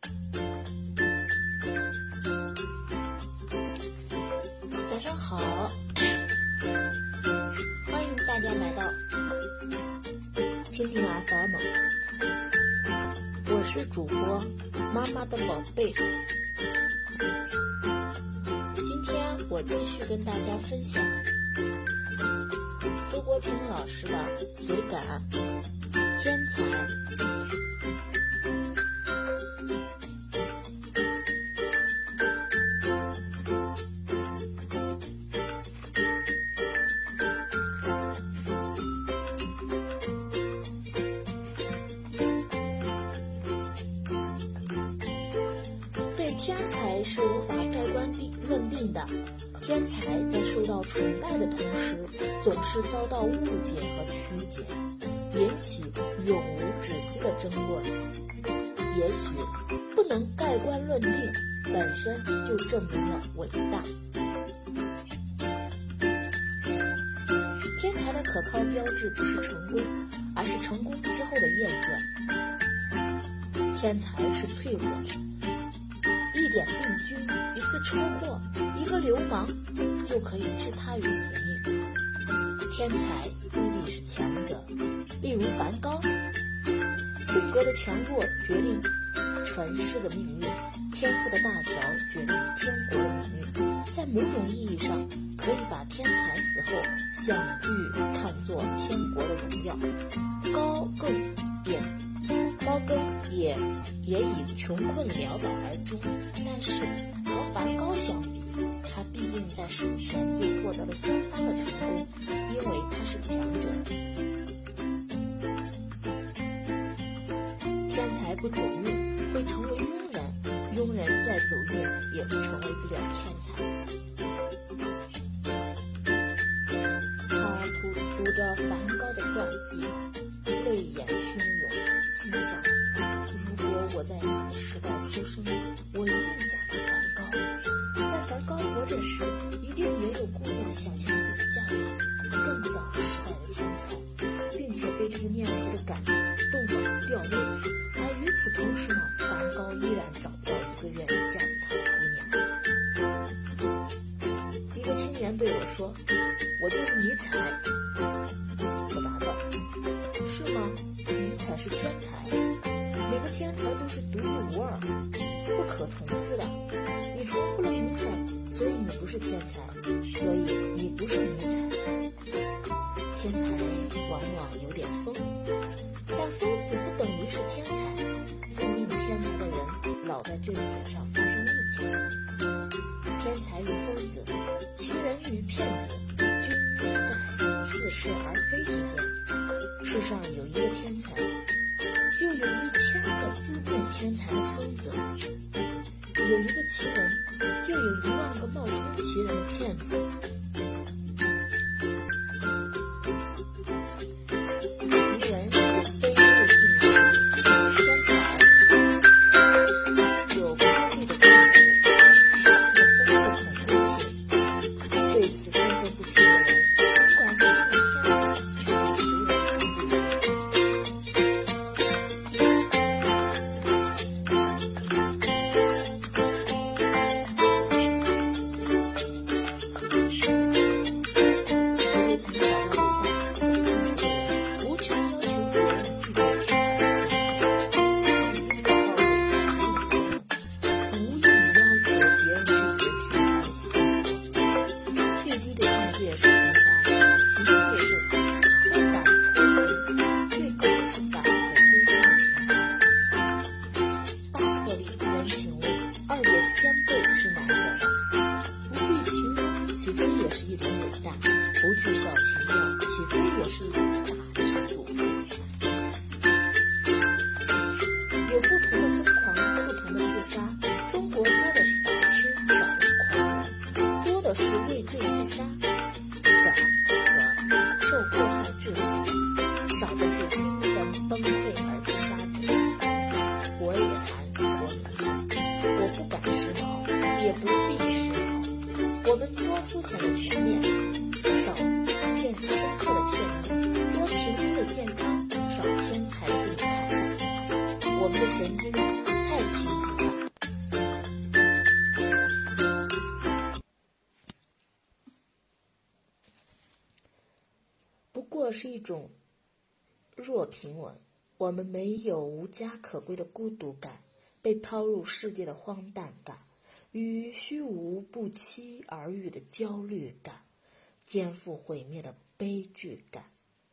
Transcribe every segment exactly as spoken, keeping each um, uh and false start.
早上好，欢迎大家来到蜻蜓 F M， 我是主播妈妈的宝贝。今天我继续跟大家分享周国平老师的随感天才。对天才是无法盖棺论定的，天才在受到崇拜的同时，总是遭到误解和曲解，引起永无止息的争论。也许不能盖棺论定，本身就证明了伟大。天才的可靠标志不是成功，而是成功之后的厌倦。天才是脆弱的，一点病菌，一次车祸，一个流氓就可以置他于死命。天才未必是强者，例如梵高，性格的强弱决定尘世的命运，天赋的大小决定天国的命运。在某种意义上，可以把天才死后享誉看作天国的荣耀。高更也高更也也以穷困潦倒而终，但是和梵高相比，他毕竟在生前就获得了相当的成功，因为他是强者。天才不走运会成为庸人，庸人再走运也成为不了天才。他读读着梵高的传记，泪眼汹涌，心想，如果我在那个时代出生，我一定嫁给梵高。在梵高活着时，一定也有姑娘想象自己嫁给更早时代的天才，并且被这个念头的感动了掉泪。而与此同时呢，梵高依然找不到一个愿意嫁给他的姑娘。一个青年对我说，我就是尼采。我答道，是吗？尼采是天才，每个天才都是独一无二，不可重复的。你重复了尼采，所以你不是天才，所以你不是尼采。天才往往有点疯，但疯子不等于是天才。聪明天才的人老在这一点上发生误解。天才与疯子，奇人与骗子，均在似是而非之间。世上有一个天才，就有一千个自命天才的疯子；有一个奇人，就有一万个冒充奇人的骗子。奇人有非物性质，天才有高度的干部，善和丰的统共性。对此身份不平的人，尽管是天才，却无人神经太平弱是一种弱平稳，我们没有无家可归的孤独感，被抛入世界的荒诞感，与虚无不期而遇的焦虑感，肩负毁灭的悲剧感。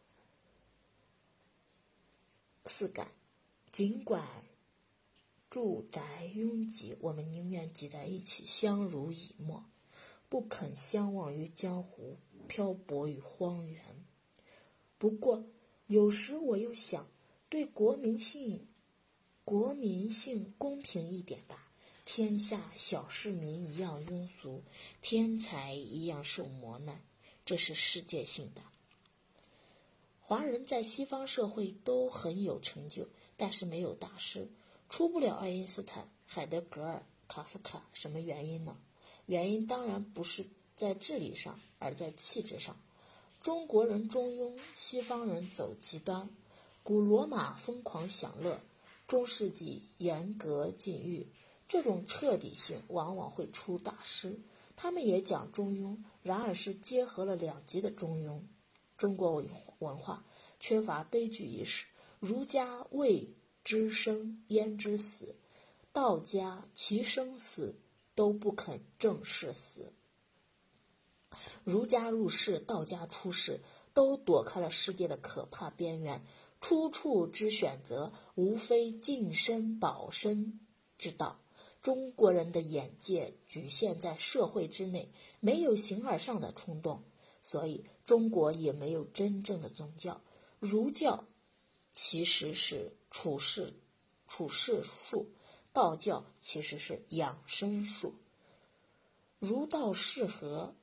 四感，尽管住宅拥挤，我们宁愿挤在一起相濡以沫，不肯相忘于江湖，漂泊于荒原。不过有时我又想，对国民性国民性公平一点吧，天下小市民一样庸俗，天才一样受磨难，这是世界性的。华人在西方社会都很有成就，但是没有大师，出不了爱因斯坦、海德格尔、卡夫卡，什么原因呢？原因当然不是在智力上，而在气质上。中国人中庸，西方人走极端。古罗马疯狂享乐，中世纪严格禁欲，这种彻底性往往会出大师。他们也讲中庸，然而是结合了两极的中庸。中国文化缺乏悲剧意识，儒家未知生焉知死，道家其生死都不肯正视死。儒家入世，道家出世，都躲开了世界的可怕边缘，出处之选择无非净身保身之道。中国人的眼界局限在社会之内，没有形而上的冲动，所以中国也没有真正的宗教。儒教其实是处世处世术，道教其实是养生术。儒道适合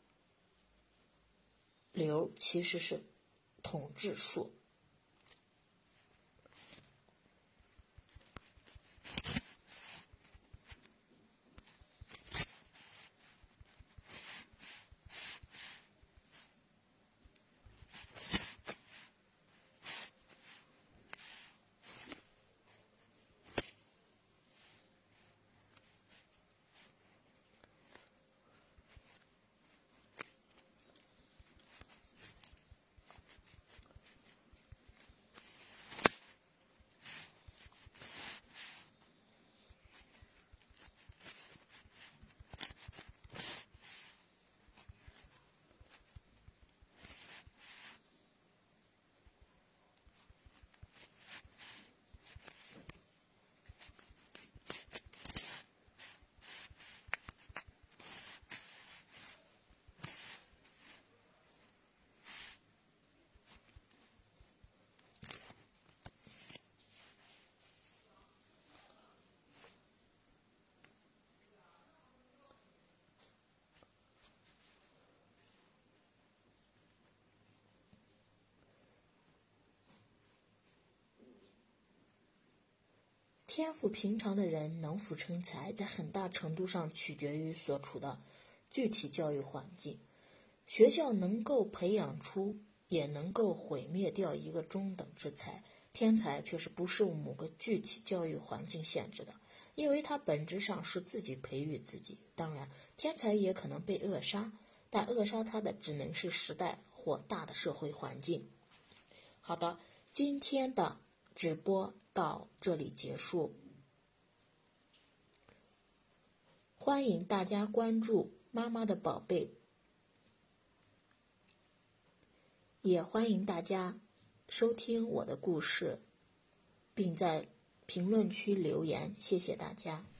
流其实是统治术。天赋平常的人能否成才，在很大程度上取决于所处的具体教育环境。学校能够培养出，也能够毁灭掉一个中等之才，天才却是不受某个具体教育环境限制的，因为它本质上是自己培育自己。当然，天才也可能被扼杀，但扼杀它的只能是时代或大的社会环境。好的，今天的直播到这里结束，欢迎大家关注妈妈的宝贝，也欢迎大家收听我的故事，并在评论区留言，谢谢大家。